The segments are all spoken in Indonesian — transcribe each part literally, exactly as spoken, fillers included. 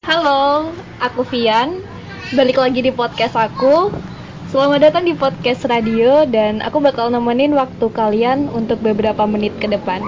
Halo, aku Vian. Balik lagi di podcast aku. Selamat datang di podcast radio dan aku bakal nemenin waktu kalian untuk beberapa menit ke depan.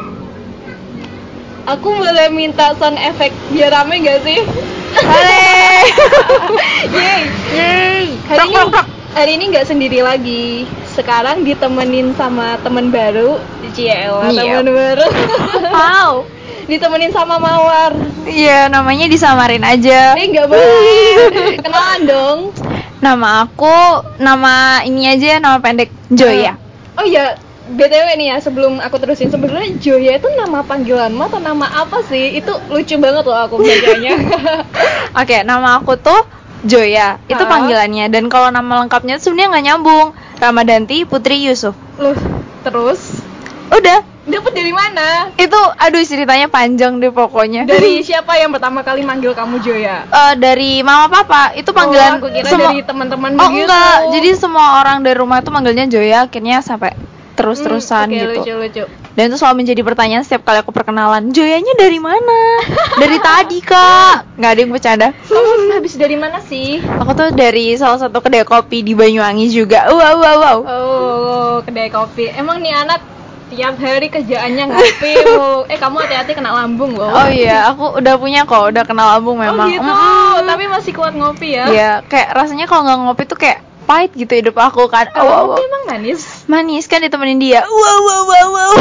Aku boleh minta sound effect biar rame gak sih? Boleh. Yeay. Yeay. Hari ini hari ini nggak sendiri lagi. Sekarang ditemenin sama teman baru. Ciela, Iya. teman baru. Wow. Ditemenin sama Mawar. Iya, namanya disamarin aja. Eh, nggak boleh. Kenalan dong. Nama aku, nama ini aja, nama pendek Joya. Oh iya, B T W nih ya, sebelum aku terusin, sebenarnya Joya itu nama panggilanmu atau nama apa sih? Itu lucu banget loh aku bacanya. Oke, nama aku tuh Joya, itu Ah. panggilannya. Dan kalau nama lengkapnya tuh sebenarnya nggak nyambung. Ramadanti Putri Yusuf. Loh, terus Udah, dapet dari mana? itu aduh ceritanya panjang deh pokoknya. Dari siapa yang pertama kali manggil kamu Joya? Eh, dari mama papa, itu panggilan Oh, aku kira semua- dari teman-teman Oh begitu. enggak, jadi semua orang dari rumah itu manggilnya Joya, akhirnya sampai terus-terusan Hmm, oke, gitu. lucu-lucu. Dan itu selalu menjadi pertanyaan setiap kali aku perkenalan. Joyanya dari mana? Dari tadi kak. Nggak ada yang bercanda. Kamu habis dari mana sih? Aku tuh dari salah satu kedai kopi di Banyuwangi juga. Wow wow wow. Oh, kedai kopi. Emang nih anak tiap hari kerjaannya ngopi. Wow. Eh, kamu hati-hati kena lambung loh. Oh iya, aku udah punya kok, udah kenal lambung memang. Oh gitu, Mm-mm. tapi masih kuat ngopi ya? Iya, kayak rasanya kalau nggak ngopi tuh kayak pahit gitu hidup aku kan. Kalau Wow, wow. ngopi emang manis? Manis kan ditemenin dia. Wow wow wow wow.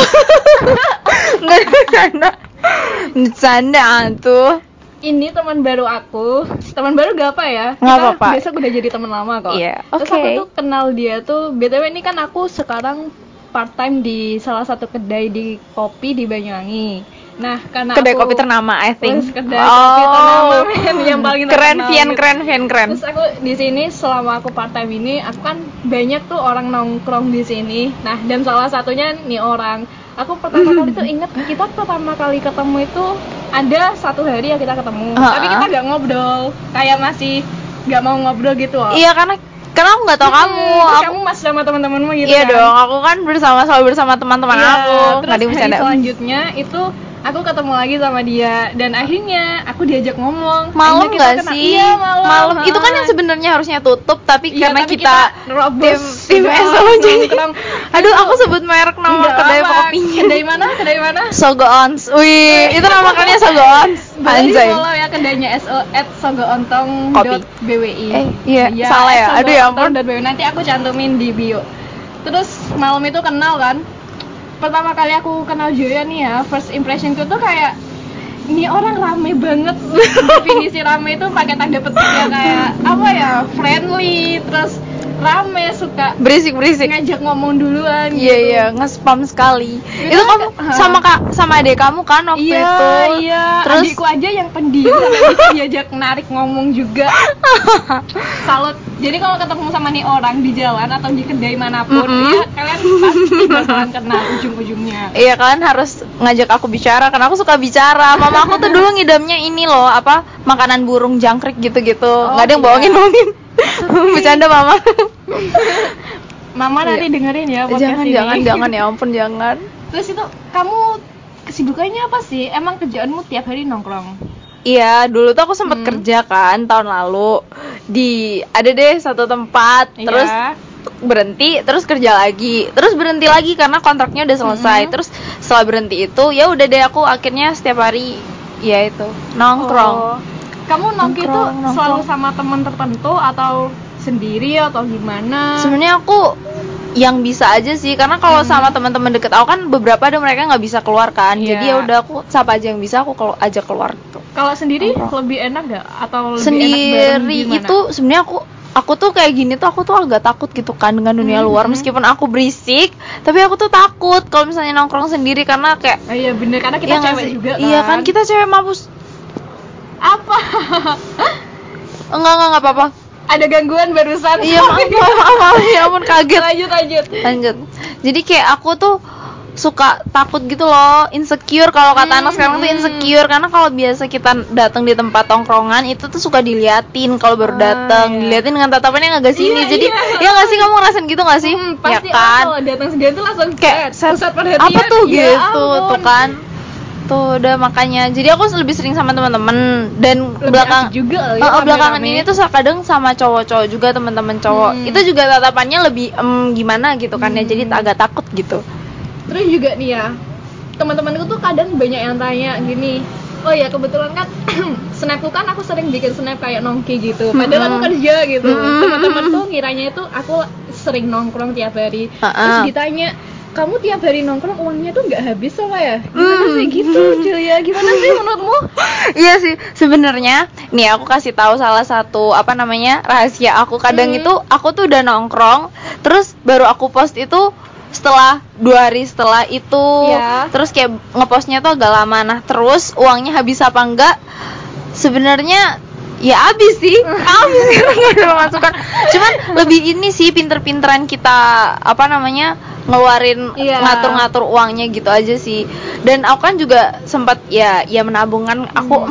Nggak bercanda. Bercanda tuh. Ini teman baru aku. Teman baru gak apa ya? Nggak Kita apa-apa. besok udah jadi teman lama kok. Iya, Terus oke. aku tuh kenal dia tuh. B T W ini kan aku sekarang part time di salah satu kedai di kopi di Banyuwangi. Nah, karena Kedai aku kopi ternama I think. Terus kedai kopi ternama men, yang paling keren terkenal Vian, gitu. keren Vian, keren. Terus aku di sini selama aku part time ini, aku kan banyak tuh orang nongkrong di sini. Nah, dan salah satunya nih orang. Aku pertama kali tuh inget kita pertama kali ketemu itu ada satu hari ya kita ketemu. Uh-uh. Tapi kita nggak ngobrol, kayak masih nggak mau ngobrol gitu loh. Iya karena karena aku nggak tahu Hmm, kamu. terus Aku, kamu masih sama teman-temanmu gitu iya kan? dong, aku kan bersama selalu bersama teman-teman Iya, aku. terus Nggak ada yang hari bercanda. selanjutnya itu aku ketemu lagi sama dia dan akhirnya aku diajak ngomong. Malam Akhirnya kita nggak kenal. sih? Iya malam. Itu kan yang sebenarnya harusnya tutup, tapi Iya, karena tapi kita, nerobos tim tim udah S O jadi. nongkrong. Aduh, aku sebut merek nama Nggak kedai apa-apa. kopinya. Kedai mana? Kedai mana? Sogo Ons. Wih, itu nama makannya Sogo Ons. Boleh di Anjay. follow ya kedainya so at sogoontong dot b w i. Eh, iya, salah ya? at Aduh, ya ampun. sogoontong dot b w i. Nanti aku cantumin di bio. Terus malam itu kenal kan. Pertama kali aku kenal Joya nih ya, first impressionku tuh kayak ini orang rame banget. Definisi rame itu pakai tanda petiknya kayak apa ya? Friendly, terus rame, suka Berisik-berisik. ngajak ngomong duluan Iya gitu. iya, nge-spam sekali. Itu Itu kan- kamu sama kak sama adik kamu kan waktu Iya, itu. iya. Terus Adikku aja yang pendiam sampai bisa diajak narik ngomong juga. Salut. Jadi kalau ketemu sama nih orang di jalan atau di kedai manapun, Mm-mm. ya kalian pasti bakalan kenal ujung-ujungnya. iya kalian harus ngajak aku bicara karena aku suka bicara. Mama aku tuh dulu ngidamnya ini loh, apa makanan burung jangkrik gitu-gitu. Oh, Nggak ada yang iya. bohongin-bohongin. Bercanda mama. Mama nanti Iya. dengerin ya podcast jangan ini. jangan jangan ya ampun jangan. Terus itu kamu kesibukannya apa sih? Emang kerjaanmu tiap hari nongkrong? Iya, dulu tuh aku sempat Hmm. kerja kan tahun lalu di ada deh satu tempat, Iya. terus berhenti, terus kerja lagi, terus berhenti lagi karena kontraknya udah selesai. Mhm. Terus setelah berhenti itu, ya udah deh aku akhirnya setiap hari ya itu nongkrong. Oh. Kamu nongki itu Nongkrong, nongkrong. selalu sama teman tertentu atau sendiri atau gimana? Sebenarnya aku yang bisa aja sih, karena kalau Hmm. sama teman-teman deket aku kan beberapa ada mereka nggak bisa keluar kan, Iya. jadi ya udah aku siapa aja yang bisa aku kalau ajak keluar gitu. Kalau sendiri Nongkrong. lebih enak gak? Atau lebih enak bareng Sendiri gimana? itu sebenarnya aku aku tuh kayak gini tuh aku tuh agak takut gitu kan dengan dunia Mhm. luar, meskipun aku berisik tapi aku tuh takut kalau misalnya nongkrong sendiri karena kayak Oh iya bener, karena kita iya nggak cewek sih? juga kan. Iya kan kita cewek mampus. Apa? Enggak enggak enggak apa-apa. Ada gangguan barusan. Iya maaf maaf maaf, maaf. Ya ampun kaget. Lanjut lanjut. Lanjut. Jadi kayak aku tuh suka takut gitu loh, insecure kalau kata Hmm, anak sekarang tuh hmm. insecure karena kalau biasa kita datang di tempat tongkrongan itu tuh suka diliatin kalau baru Ah, datang, iya. diliatin dengan tatapan yang agak sini. Iya, Jadi iya. ya nggak sih kamu ngerasain gitu nggak sih? Hmm, Ya pasti kan? kalau datang sendiri tuh langsung Kayak set, pusat perhatian. apa tuh Ya gitu ampun. tuh kan? gitu. Udah makanya jadi aku lebih sering sama teman-teman dan Lebih belakang asik juga ya, uh, uh, rame-rame. belakangan ini tuh kadang sama cowok-cowok juga, teman-teman cowok. Hmm. Itu juga tatapannya lebih em, gimana gitu kan ya. Jadi agak takut gitu. Terus juga nih ya, teman-temanku tuh kadang banyak yang tanya gini, oh ya kebetulan kan snapku kan aku sering bikin snap kayak nongki gitu, padahal aku kerja gitu. Mm-mm. Teman-teman tuh ngiranya itu aku sering nongkrong tiap hari. Uh-uh. Terus ditanya, kamu tiap hari nongkrong uangnya tuh nggak habis apa ya? Gimana sih gitu, Julia? Gimana sih menurutmu? Iya sih, sebenarnya nih aku kasih tahu salah satu apa namanya rahasia aku. Kadang Hmm. itu aku tuh udah nongkrong, terus baru aku post itu setelah dua hari setelah itu. Ya. Terus kayak ngepostnya tuh agak lama. Nah terus uangnya habis apa enggak? Sebenarnya ya habis sih, habis gitu nggak ada pemasukan. Cuman lebih ini sih pinter-pinteran kita apa namanya ngeluarin Iya. ngatur-ngatur uangnya gitu aja sih. Dan aku kan juga sempat ya ya menabung kan aku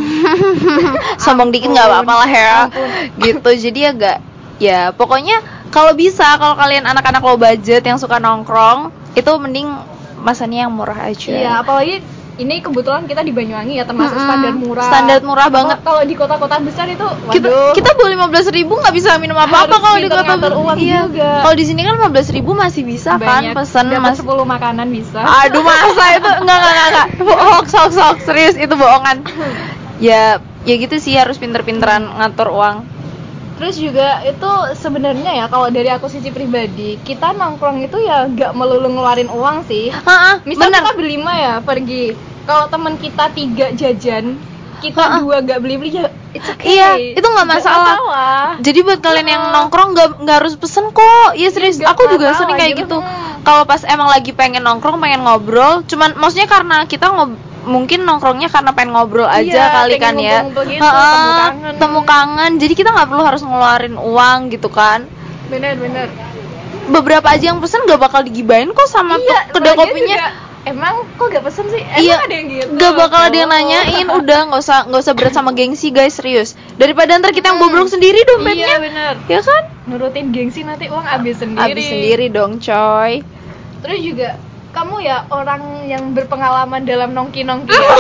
sombong dikit nggak apa-apa lah ya. Ampun. Gitu jadi agak ya pokoknya kalau bisa kalau kalian anak-anak low budget yang suka nongkrong itu mending masannya yang murah aja. Iya, apalagi ini kebetulan kita di Banyuwangi ya, termasuk Mm-mm. standar murah. Standar murah banget. Kalau di kota-kota besar itu, waduh. kita kita bawa lima belas ribu nggak bisa minum apa-apa Harus kalau di pinter kota ngatur besar. uang Iya. juga. Kalau di sini kan lima belas ribu masih bisa Banyak, kan pesen dapat mas. sepuluh makanan bisa. Aduh masa itu enggak enggak enggak, enggak. hoax hoax hoax serius itu bohongan. Ya ya gitu sih harus pinter-pinteran ngatur uang. Terus juga itu sebenarnya ya kalau dari aku sisi pribadi, kita nongkrong itu ya nggak melulu ngeluarin uang sih. Heeh, Misal bener. kita berlima ya pergi, kalau teman kita tiga jajan, kita Ha-ha. dua nggak beli-beli ya it's okay. Iya, itu nggak masalah. masalah. Jadi buat kalian yang Ha-ha. nongkrong nggak nggak harus pesen kok. Iya serius, Nggak aku juga masalah sering kayak gitu. gitu. Hmm. Kalau pas emang lagi pengen nongkrong, pengen ngobrol, cuman maksudnya karena kita ngob mungkin nongkrongnya karena pengen ngobrol aja Iya, kali kan pengen ya. ngumpul-ngumpul gitu, Ha-ha, temu kangen. temu kangen. Jadi kita nggak perlu harus ngeluarin uang gitu kan. Bener-bener. Beberapa aja yang pesen nggak bakal digibain kok sama tuh kedai lagian kopinya. juga, emang kok gak pesen sih? Emang Iya, ada yang gitu? nggak bakal ada yang Oh. nanyain. Udah nggak usah nggak usah berat sama gengsi guys, serius. Daripada ntar kita yang Hmm. bobrok sendiri dompetnya. Iya bener. Ya kan? Nurutin gengsi nanti uang habis sendiri. Habis sendiri dong, coy. Terus juga kamu ya orang yang berpengalaman dalam nongki-nongki ya.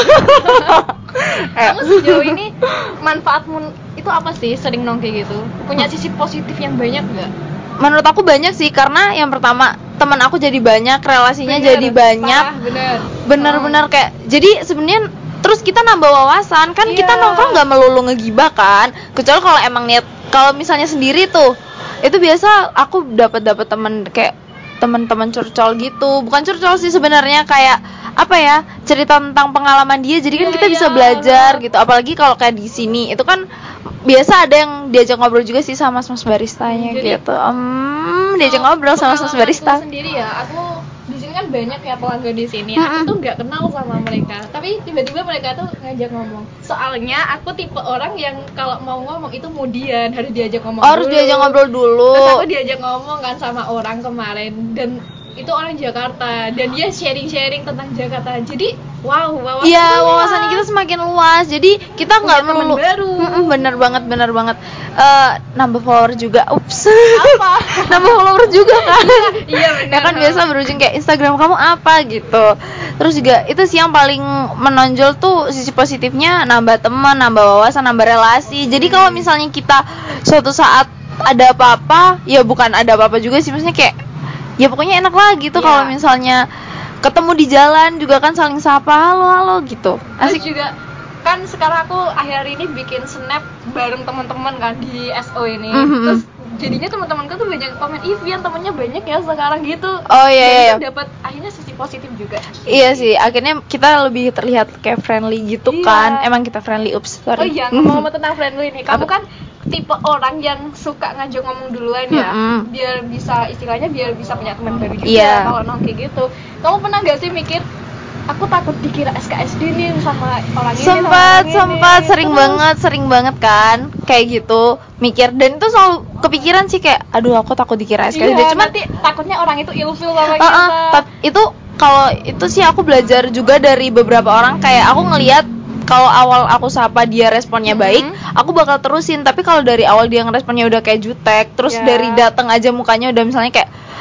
Kamu sejauh ini manfaatmu itu apa sih sering nongki gitu? Punya sisi positif yang banyak nggak? Menurut aku banyak sih karena yang pertama teman aku jadi banyak, relasinya Bener, jadi banyak. parah, bener. Bener-bener kayak jadi sebenarnya terus kita nambah wawasan kan. Iya. Kita nongkrong nggak melulu ngegibah kan, kecuali kalau emang niat. Kalau misalnya sendiri tuh itu biasa aku dapat dapat teman kayak teman-teman curcol gitu, bukan curcol sih sebenarnya, kayak apa ya, cerita tentang pengalaman dia, jadi kan Iya, kita bisa iya. belajar gitu. Apalagi kalau kayak di sini itu kan biasa ada yang diajak ngobrol juga sih sama mas baristanya. Jadi, gitu um, diajak ngobrol sama mas barista. Pengalamanku sendiri ya, aku di sini kan banyak ya pelanggan di sini. Mm-mm. Aku tuh nggak kenal sama mereka, tapi tiba-tiba mereka tuh ngajak ngomong. Soalnya aku tipe orang yang kalau mau ngomong itu kemudian harus diajak ngomong. Oh, harus dulu. diajak ngobrol dulu. Terus aku diajak ngomong kan sama orang kemarin, dan itu orang Jakarta dan dia sharing-sharing tentang Jakarta. Jadi wow, wawasan Iya, luas. wawasan kita semakin luas. Jadi kita nggak Punya teman melulu. baru. Mm-mm, bener banget, bener banget. Eh, nambah follower juga. Ups. Apa? Nambah follower juga kan. Iya, bener. Ya kan biasa berujung kayak Instagram kamu apa gitu. Terus juga itu sih yang paling menonjol tuh sisi positifnya, nambah teman, nambah wawasan, nambah relasi. Jadi kalau misalnya kita suatu saat ada apa-apa, ya bukan ada apa-apa juga sih, maksudnya kayak ya pokoknya enak lah gitu. Iya. Kalau misalnya ketemu di jalan juga kan saling sapa, halo halo gitu. Asik Asik. juga kan. Sekarang aku akhir ini bikin snap bareng teman-teman kan di S O ini. Mhm. Terus jadinya teman-temanku tuh banyak komen, Ivian temennya banyak ya sekarang gitu. Oh iya, Jadi iya. tuh dapat akhirnya sisi positif juga. Iya sih, akhirnya kita lebih terlihat kayak friendly gitu Iya. kan. Emang kita friendly, ups, Oh sorry. iya, ngomong tentang friendly nih. Kamu Apa? kan tipe orang yang suka ngajak ngomong duluan ya. Mm-mm. Biar bisa istilahnya biar bisa punya teman baru juga Iya. kalau nongki gitu. Kamu pernah gak sih mikir, aku takut dikira S K S D nih sama orang ini, sama Sempat, orang ini. sempat, sering Terus, banget, sering banget kan kayak gitu mikir. Dan itu selalu kepikiran sih kayak, aduh aku takut dikira S K S D. Iya, Cuman nanti takutnya orang itu ilfil sama Uh-uh, kita. tap- itu kalau itu sih aku belajar juga dari beberapa orang, kayak aku ngelihat kalau awal aku sapa dia responnya Mhm. baik, aku bakal terusin. Tapi kalau dari awal dia ngeresponnya udah kayak jutek, terus Ya. dari datang aja mukanya udah misalnya kayak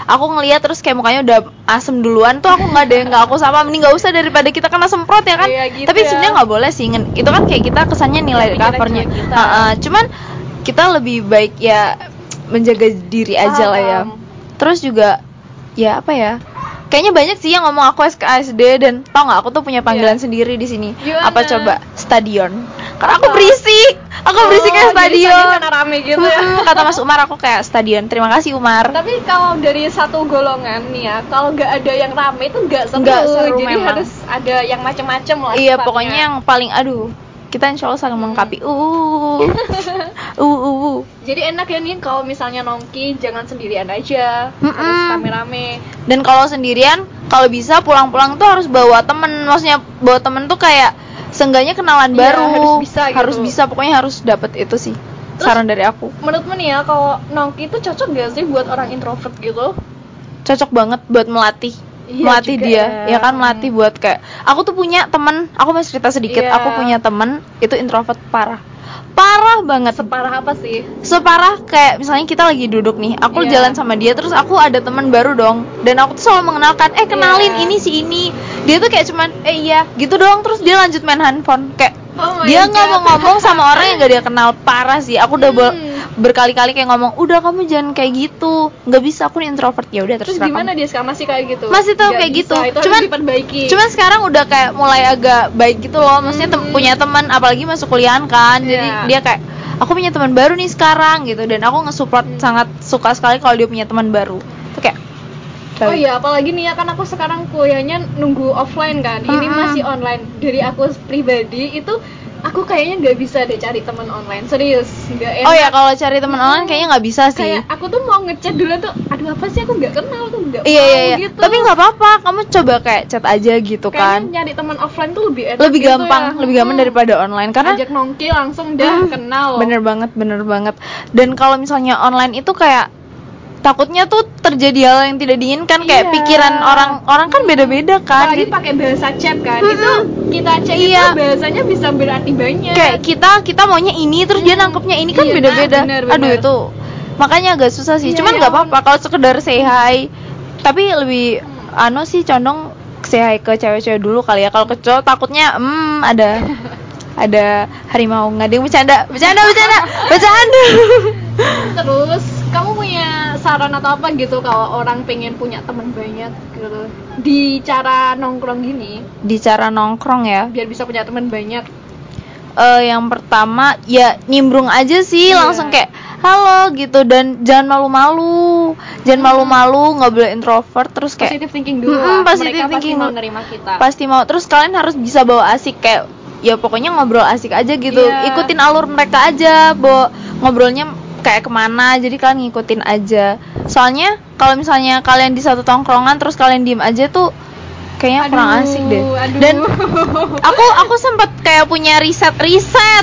aku ngeliat terus kayak mukanya udah asem duluan tuh, aku nggak ada yang nggak aku sapa, mending nggak usah daripada kita kena semprot ya kan. Iya, gitu tapi ya. sebenarnya nggak boleh sih, itu kan kayak kita kesannya nilai Pikiran covernya. jiwa kita. Uh-uh, cuman kita lebih baik ya menjaga diri aja lah ya. Paham. Terus juga ya apa ya, kayaknya banyak sih yang ngomong aku S K S D, dan tau nggak aku tuh punya panggilan Iya. sendiri di sini. Gimana? Apa coba? Stadion. Karena aku Apa? berisik, aku berisik kayak Oh, jadi stadion. stadion karena rame gitu ya. Hmm, kata Mas Umar aku kayak stadion. Terima kasih Umar. Tapi kalau dari satu golongan nih ya, kalau nggak ada yang rame itu nggak seru. Nggak seru Jadi memang. harus ada yang macam-macam lah. Iya, sifatnya. pokoknya yang paling aduh, kita insya Allah saling Hmm. melengkapi. Uh, uh, uh, uh. Jadi enak ya nih kalau misalnya nongki jangan sendirian aja, Mm-mm. harus rame-rame. Dan kalau sendirian, kalau bisa pulang-pulang tuh harus bawa temen. Maksudnya bawa temen tuh kayak seenggaknya kenalan Iya, baru. harus bisa gitu. Harus bisa, pokoknya harus dapet itu sih. Terus, saran dari aku. Menurutmu nih ya, kalau nongki itu cocok gak sih buat orang introvert gitu? Cocok banget buat melatih. Iya, melatih juga dia, ya. ya kan, melatih buat kayak aku tuh punya temen, aku mau cerita sedikit. Iya. Aku punya temen itu introvert parah. Parah banget. Separah apa sih? Separah kayak misalnya kita lagi duduk nih, aku Iya. jalan sama dia, terus aku ada teman baru dong, dan aku tuh selalu mengenalkan, eh kenalin Iya. ini si ini. Dia tuh kayak cuman eh iya gitu doang, terus dia lanjut main handphone. Kayak Oh my dia God. nggak mau ngomong sama orang yang gak dia kenal. Parah sih. Aku udah bol- Hmm. berkali-kali kayak ngomong, udah kamu jangan kayak gitu, nggak bisa, aku nih introvert. Ya udah Terus terserah gimana kamu. dia sekarang masih kayak gitu? Masih tuh Nggak kayak bisa, gitu. Itu Cuman- harus diperbaiki. Cuman sekarang udah kayak mulai agak baik gitu loh. Maksudnya tem- Hmm. punya teman, apalagi masuk kuliahan kan. Jadi Iya. dia kayak, aku punya teman baru nih sekarang gitu, dan aku nge-support Hmm. sangat suka sekali kalau dia punya teman baru. Itu kayak Oh iya, apalagi nih ya kan aku sekarang kuliahnya nunggu offline kan. Ini Mm-mm. masih online. Dari aku pribadi itu aku kayaknya nggak bisa deh cari teman online. Serius, nggak enak. Oh ya, kalau cari teman online kayaknya nggak bisa sih. Kayak aku tuh mau ngechat dulu tuh, aduh apa sih aku nggak kenal tuh nggak Iya mau iya iya. gitu. Tapi nggak apa-apa, kamu coba kayak chat aja gitu Kayaknya kan. nyari teman offline tuh lebih enak. Lebih gitu gampang, ya. lebih gampang Hmm. daripada online karena Ajak nongki langsung dah Hmm, kenal. Bener banget, bener banget. Dan kalau misalnya online itu kayak takutnya tuh terjadi hal yang tidak diinginkan, kayak Iya. pikiran orang-orang kan beda-beda kan. Apalagi Jadi- pakai bahasa chat kan. Mm-mm. Itu kita cek Iya. itu bahasanya bisa berarti banyak. kayak kita kita maunya ini terus dia Hmm, nangkepnya ini kan iya, beda-beda. nah, bener, Aduh bener. itu makanya agak susah sih. Iya, Cuman ya nggak ampun. apa-apa kalau sekedar say hi. Tapi lebih anu sih condong say hi ke cewek-cewek dulu kali ya. Kalau ke cowok takutnya hmm ada ada harimau. Nggak ada yang bercanda, bercanda, bercanda, bercanda. Terus kamu punya saran atau apa gitu kalau orang pengen punya teman banyak gitu di cara nongkrong gini Di cara nongkrong ya. biar bisa punya teman banyak? Eh yang pertama ya nimbrung aja sih, Iya. langsung kayak halo gitu, dan jangan malu-malu. Jangan Hmm. malu-malu, nggak boleh introvert, terus kayak Positive thinking dulu Mm-mm, lah. positive Mereka thinking pasti mau dulu. nerima kita. Pasti mau. Terus kalian harus bisa bawa asik, kayak ya pokoknya ngobrol asik aja gitu. Iya. Ikutin alur mereka aja, bawa ngobrolnya kayak kemana, jadi kalian ngikutin aja. Soalnya kalau misalnya kalian di satu tongkrongan terus kalian diem aja tuh kayaknya kurang Aduh, asik deh. aduh. Dan aku aku sempat kayak punya riset riset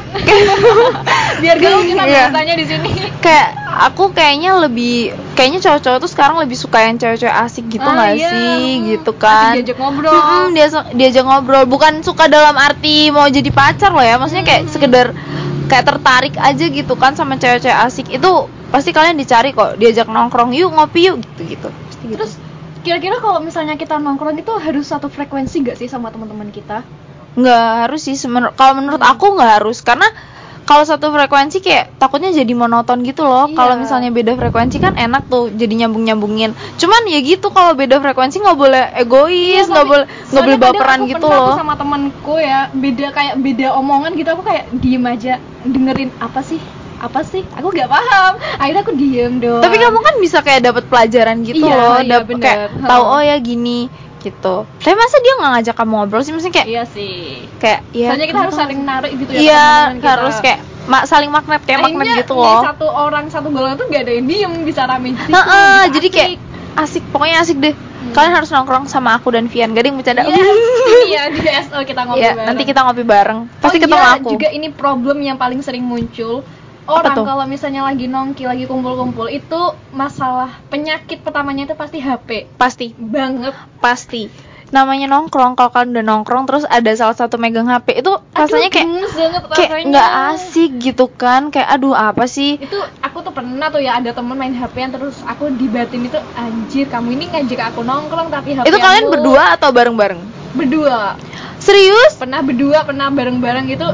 biar gaul kita Iya. bahasanya di sini. Kayak aku kayaknya lebih kayaknya cowok-cowok tuh sekarang lebih suka yang cewek-cewek asik gitu Ah, nggak iya. sih, Hmm, gitu kan. asik diajak ngobrol. Mm-mm, dia diajak ngobrol, bukan suka dalam arti mau jadi pacar loh ya, maksudnya kayak Hmm. sekedar kayak tertarik aja gitu kan sama cewek-cewek asik. Itu pasti kalian dicari kok, diajak nongkrong yuk, ngopi yuk, gitu gitu. Pasti gitu. Terus kira-kira kalau misalnya kita nongkrong itu harus satu frekuensi gak sih sama teman-teman kita? nggak harus sih, semen- kalau menurut Hmm. aku nggak harus, karena kalau satu frekuensi kayak takutnya jadi monoton gitu loh. Iya. Kalau misalnya beda frekuensi kan enak tuh jadi nyambung nyambungin. Cuman ya gitu, kalau beda frekuensi nggak boleh egois, nggak Iya, boleh nggak soalnya boleh kadang baperan aku gitu pernah loh. tuh sama temanku ya, beda kayak beda omongan gitu, aku kayak diem aja dengerin apa sih apa sih aku nggak paham, akhirnya aku diem doang. Tapi kamu kan bisa kayak dapat pelajaran gitu Iya, loh, iya, dapet bener. kayak Heeh. tahu oh ya gini gitu. Tapi masa dia nggak ngajak kamu ngobrol sih, maksudnya kayak Iya sih, kayak ya soalnya kita kamu harus tuh- saling narik gitu ya, iya teman-teman kita. harus kayak ma- saling magnet kayak magnet Akhirnya gitu nih loh. satu orang satu golongan tuh gak ada yang diem, bisa rame di situ, Heeh, bisa jadi kayak asik. asik, pokoknya asik deh. Kalian harus nongkrong sama aku dan Vian, gak ada yang bercanda. Yes, iya di B S O kita ngobrol Iya, bareng. nanti kita ngopi bareng. Pasti oh, ketemu iya, aku. juga ini problem yang paling sering muncul. Apa Orang tuh? kalau misalnya lagi nongki, lagi kumpul-kumpul, itu masalah penyakit pertamanya itu pasti H P. Pasti, Banget. pasti. namanya nongkrong, kalau kalian udah nongkrong terus ada salah satu megang H P itu rasanya Aduh, kayak gemes banget kayak rasanya. nggak asik gitu kan, kayak aduh apa sih. Itu aku tuh pernah tuh ya ada temen main H P-an terus aku dibatin itu, anjir kamu ini ngajak aku nongkrong tapi H P-an Itu kalian mulu." berdua atau bareng-bareng? Berdua. Serius? Pernah berdua, pernah bareng-bareng gitu.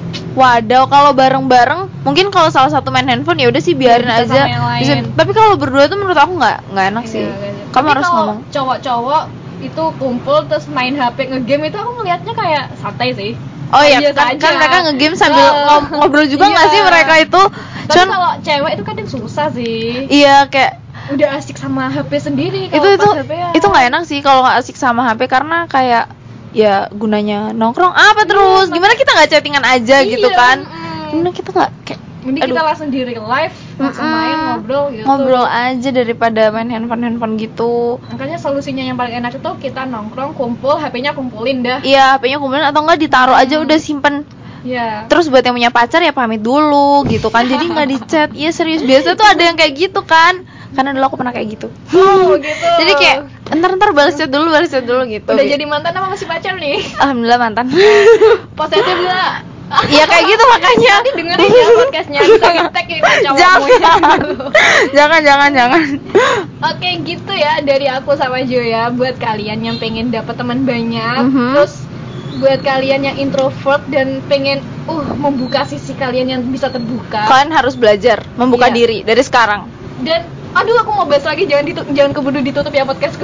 Wadaw, kalau bareng-bareng mungkin kalau salah satu main handphone ya udah sih biarin Ya, bisa aja. sama yang lain. Bisa- tapi kalau berdua tuh menurut aku nggak nggak enak sih. Iya, kan. Kamu Tapi harus kalau ngomong. cowok-cowok itu kumpul terus main H P ngegame itu aku ngelihatnya kayak santai sih. Oh iya, Biasa kan, aja. kan mereka ngegame sambil Eh, ngom- ngobrol juga nggak iya. sih mereka itu? Tapi Cuman kalau cewek itu kadang susah sih. iya kayak Udah asik sama H P sendiri itu kalau itu pas H P-an. itu nggak enak sih kalau nggak asik sama H P, karena kayak ya gunanya nongkrong apa terus? Iya, Gimana kita nggak chattingan aja Iya, gitu kan? mm. Gimana kita nggak kayak Mending aduh. kita langsung di real life, langsung Mm-mm. main ngobrol gitu. Ngobrol aja daripada main handphone-handphone gitu. Makanya solusinya yang paling enak itu kita nongkrong, kumpul, H P-nya kumpulin dah. Iya, H P-nya kumpulin atau enggak ditaruh aja Hmm. udah simpen. Iya. Terus buat yang punya pacar ya pamit dulu gitu kan. Jadi nggak di chat. Iya serius, biasa tuh ada yang kayak gitu kan. Karena dulu aku pernah kayak gitu. Oh, gitu. Jadi kayak entar-entar balas chat dulu, balas chat dulu gitu. Udah jadi mantan apa masih pacar nih? Alhamdulillah mantan. Positif lah. Iya kayak gitu makanya. Nanti dengerin ya podcastnya, bisa nge-tag ini cowokmu. Jangan. jangan, jangan, jangan. Oke, gitu ya dari aku sama Joya. Buat kalian yang pengen dapat teman banyak, Mhm. terus buat kalian yang introvert dan pengen uh membuka sisi kalian yang bisa terbuka. Kalian harus belajar membuka Iya. diri dari sekarang. Dan aduh aku mau bahas lagi, jangan ditutup, jangan keburu ditutup ya podcastku.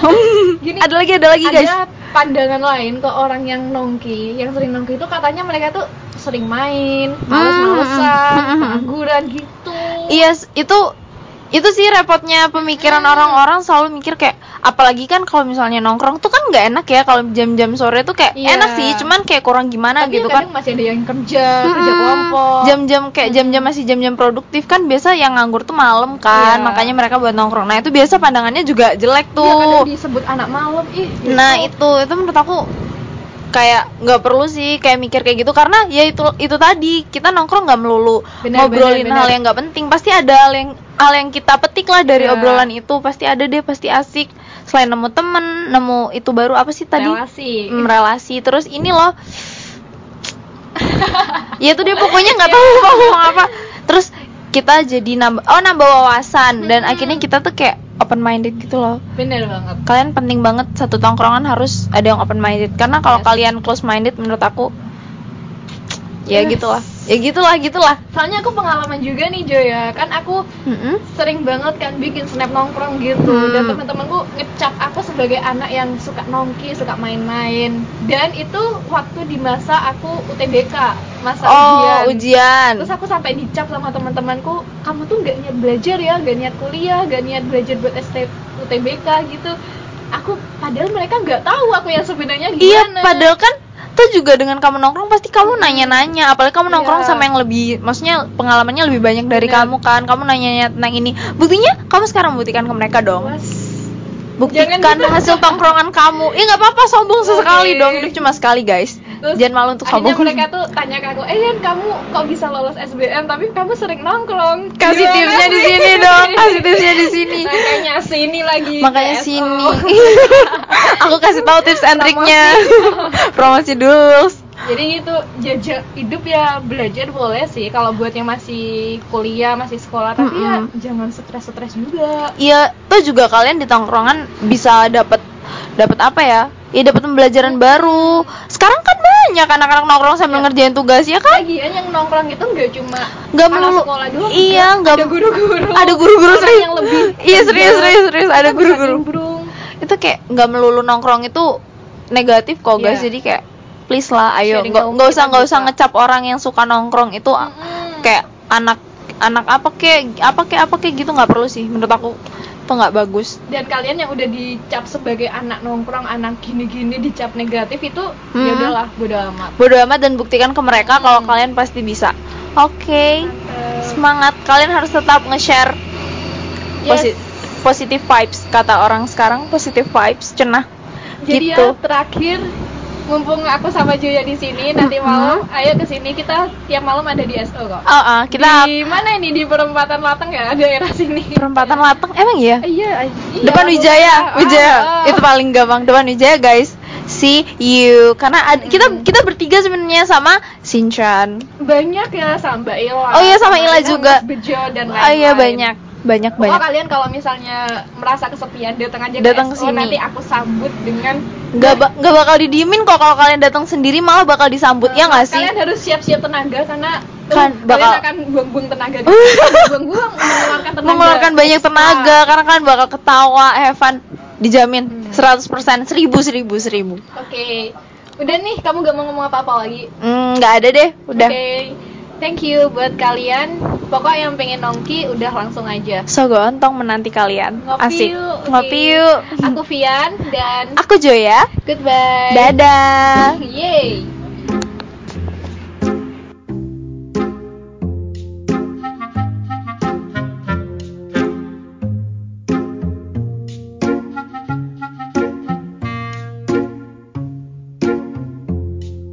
Gini, ada lagi, ada lagi guys. ada pandangan lain ke orang yang nongki, yang sering nongki itu katanya mereka tuh sering main, males-malesan, Hmm. pengangguran gitu. Iya, yes, itu itu sih repotnya pemikiran Hmm. orang-orang selalu mikir kayak, apalagi kan kalau misalnya nongkrong tuh kan nggak enak ya kalau jam-jam sore tuh kayak Iya. enak sih, cuman kayak kurang gimana Tapi gitu kadang kan. masih ada yang kerja, kerja Mm-mm. kelompok. Jam-jam kayak jam-jam masih jam-jam produktif kan, biasa yang nganggur tuh malam kan, Iya. makanya mereka buat nongkrong. Nah itu biasa pandangannya juga jelek Iya, kadang tuh. disebut anak malam, ih. Gitu. Nah itu itu menurut aku kayak nggak perlu sih kayak mikir kayak gitu, karena ya itu itu tadi kita nongkrong nggak melulu Benar, ngobrolin benar, hal benar. yang nggak penting, pasti ada hal yang hal yang kita petik lah dari Ya. obrolan itu, pasti ada deh, pasti asik. Selain nemu temen, nemu itu baru apa sih tadi? relasi. Hmm, relasi. Terus ini loh, ya tuh dia pokoknya nggak tahu mau ngomong apa. Terus kita jadi nambah oh nambah wawasan, dan Hmm. akhirnya kita tuh kayak open minded gitu loh. Bener banget. Kalian penting banget satu tongkrongan harus ada yang open minded, karena kalau Yes. kalian close minded menurut aku ya Yes. gitulah ya gitulah gitulah Soalnya aku pengalaman juga nih Joya, kan aku Mm-mm. sering banget kan bikin snap nongkrong gitu. Hmm. Dan teman-temanku ngecap aku sebagai anak yang suka nongki, suka main-main. Dan itu waktu di masa aku U T B K, masa oh ujian. ujian Terus aku sampai dicap sama teman-temanku, kamu tuh nggak niat belajar ya, nggak niat kuliah, nggak niat belajar buat S T U T B K gitu. Aku padahal mereka nggak tahu aku yang sebenarnya iya gimana. padahal kan tuh juga dengan kamu nongkrong pasti kamu nanya-nanya, apalagi kamu nongkrong Iya. sama yang lebih, maksudnya pengalamannya lebih banyak dari Bener. kamu kan, kamu nanya tentang ini, buktinya kamu sekarang buktikan ke mereka dong. Was. Buktikan Jangan gitu. hasil tongkrongan kamu. Ih nggak apa-apa, sombong sesekali Oke. dong, hidup cuma sekali guys. Terus Jangan malu untuk akhirnya sombong. mereka tuh tanya ke aku, eh Yan, kamu kok bisa lolos S B M tapi kamu sering nongkrong? Kasih Gimana tipsnya di sih?" sini dong, kasih tipsnya di sini. Makanya sini lagi. Makanya P S O. sini. Aku kasih tahu tips and triknya. Promosi dulu. Jadi gitu, jajak hidup ya belajar boleh sih kalau buat yang masih kuliah, masih sekolah, tapi Mm-mm. ya jangan stres-stres juga. Iya, tuh juga kalian di tongkrongan bisa dapat dapat apa ya? Ya dapat pembelajaran baru. Sekarang kan banyak anak-anak nongkrong sambil Iya. ngerjain tugas ya kan? Lagian yang nongkrong itu nggak cuma Nggak anak melulu. sekolah doang, Iya, juga. nggak- ada guru-guru. Ada guru-guru Orang serius. yang lebih Iya serius kerja. serius serius ada Kita bisa guru-guru. nimbrung. Itu kayak nggak melulu nongkrong itu negatif kok guys. Iya. Jadi kayak please lah, ayo Sharing nggak ilmu nggak kita usah nggak usah bisa. ngecap orang yang suka nongkrong itu Mm-mm. kayak anak anak apa kek apa kek apa kek gitu, nggak perlu sih menurut aku, itu nggak bagus. Dan kalian yang udah dicap sebagai anak nongkrong, anak gini-gini, dicap negatif itu Hmm. ya udahlah, bodo amat. Bodo amat dan buktikan ke mereka Hmm. kalau kalian pasti bisa. Oke, semangat, kalian harus tetap nge-share Yes. posi- positive vibes, kata orang sekarang, positive vibes cenah Jadi gitu. ya terakhir mumpung aku sama Julia di sini, nanti malam ayo ke sini, kita tiap malam ada di S O kok. Oh, uh, kita di mana ini, di perempatan Lateng ya, daerah sini. perempatan Lateng emang iya? Iya, iya. Depan Wijaya, Wijaya. Ah, ah. Itu paling gampang, depan Wijaya, guys. See you. Karena ad- kita kita bertiga sebenarnya sama Sinchan. Banyak ya, sama Mbak Ila. Oh iya, sama Ila Ina, juga. Mas Bejo dan lain-lain. Oh iya, banyak. Banyak Oh, banyak. kalian kalau misalnya merasa kesepian, datang aja Datang ke ke S O, sini. nanti aku sambut dengan Nggak ba- nggak bakal didiemin kok kalau kalian datang sendiri, malah bakal disambut. Ya nggak sih? Kalian harus siap-siap tenaga karena Kan uh, bakal- kalian akan buang-buang tenaga gitu. Buang-buang mengeluarkan tenaga. Mengeluarkan banyak ekstra. tenaga karena kalian bakal ketawa, have fun, dijamin Hmm. seratus persen, seribu seribu seribu. Oke. Udah nih, kamu gak mau ngomong apa-apa lagi? Hmm, nggak ada deh, udah. Oke. Thank you buat kalian. Pokoknya yang pengen nongki udah langsung aja. So gontong menanti kalian. Ngopi Asik. yuk. oke. Ngopi yuk. Aku Vian dan Aku Joya. goodbye. Dadah. Yeay.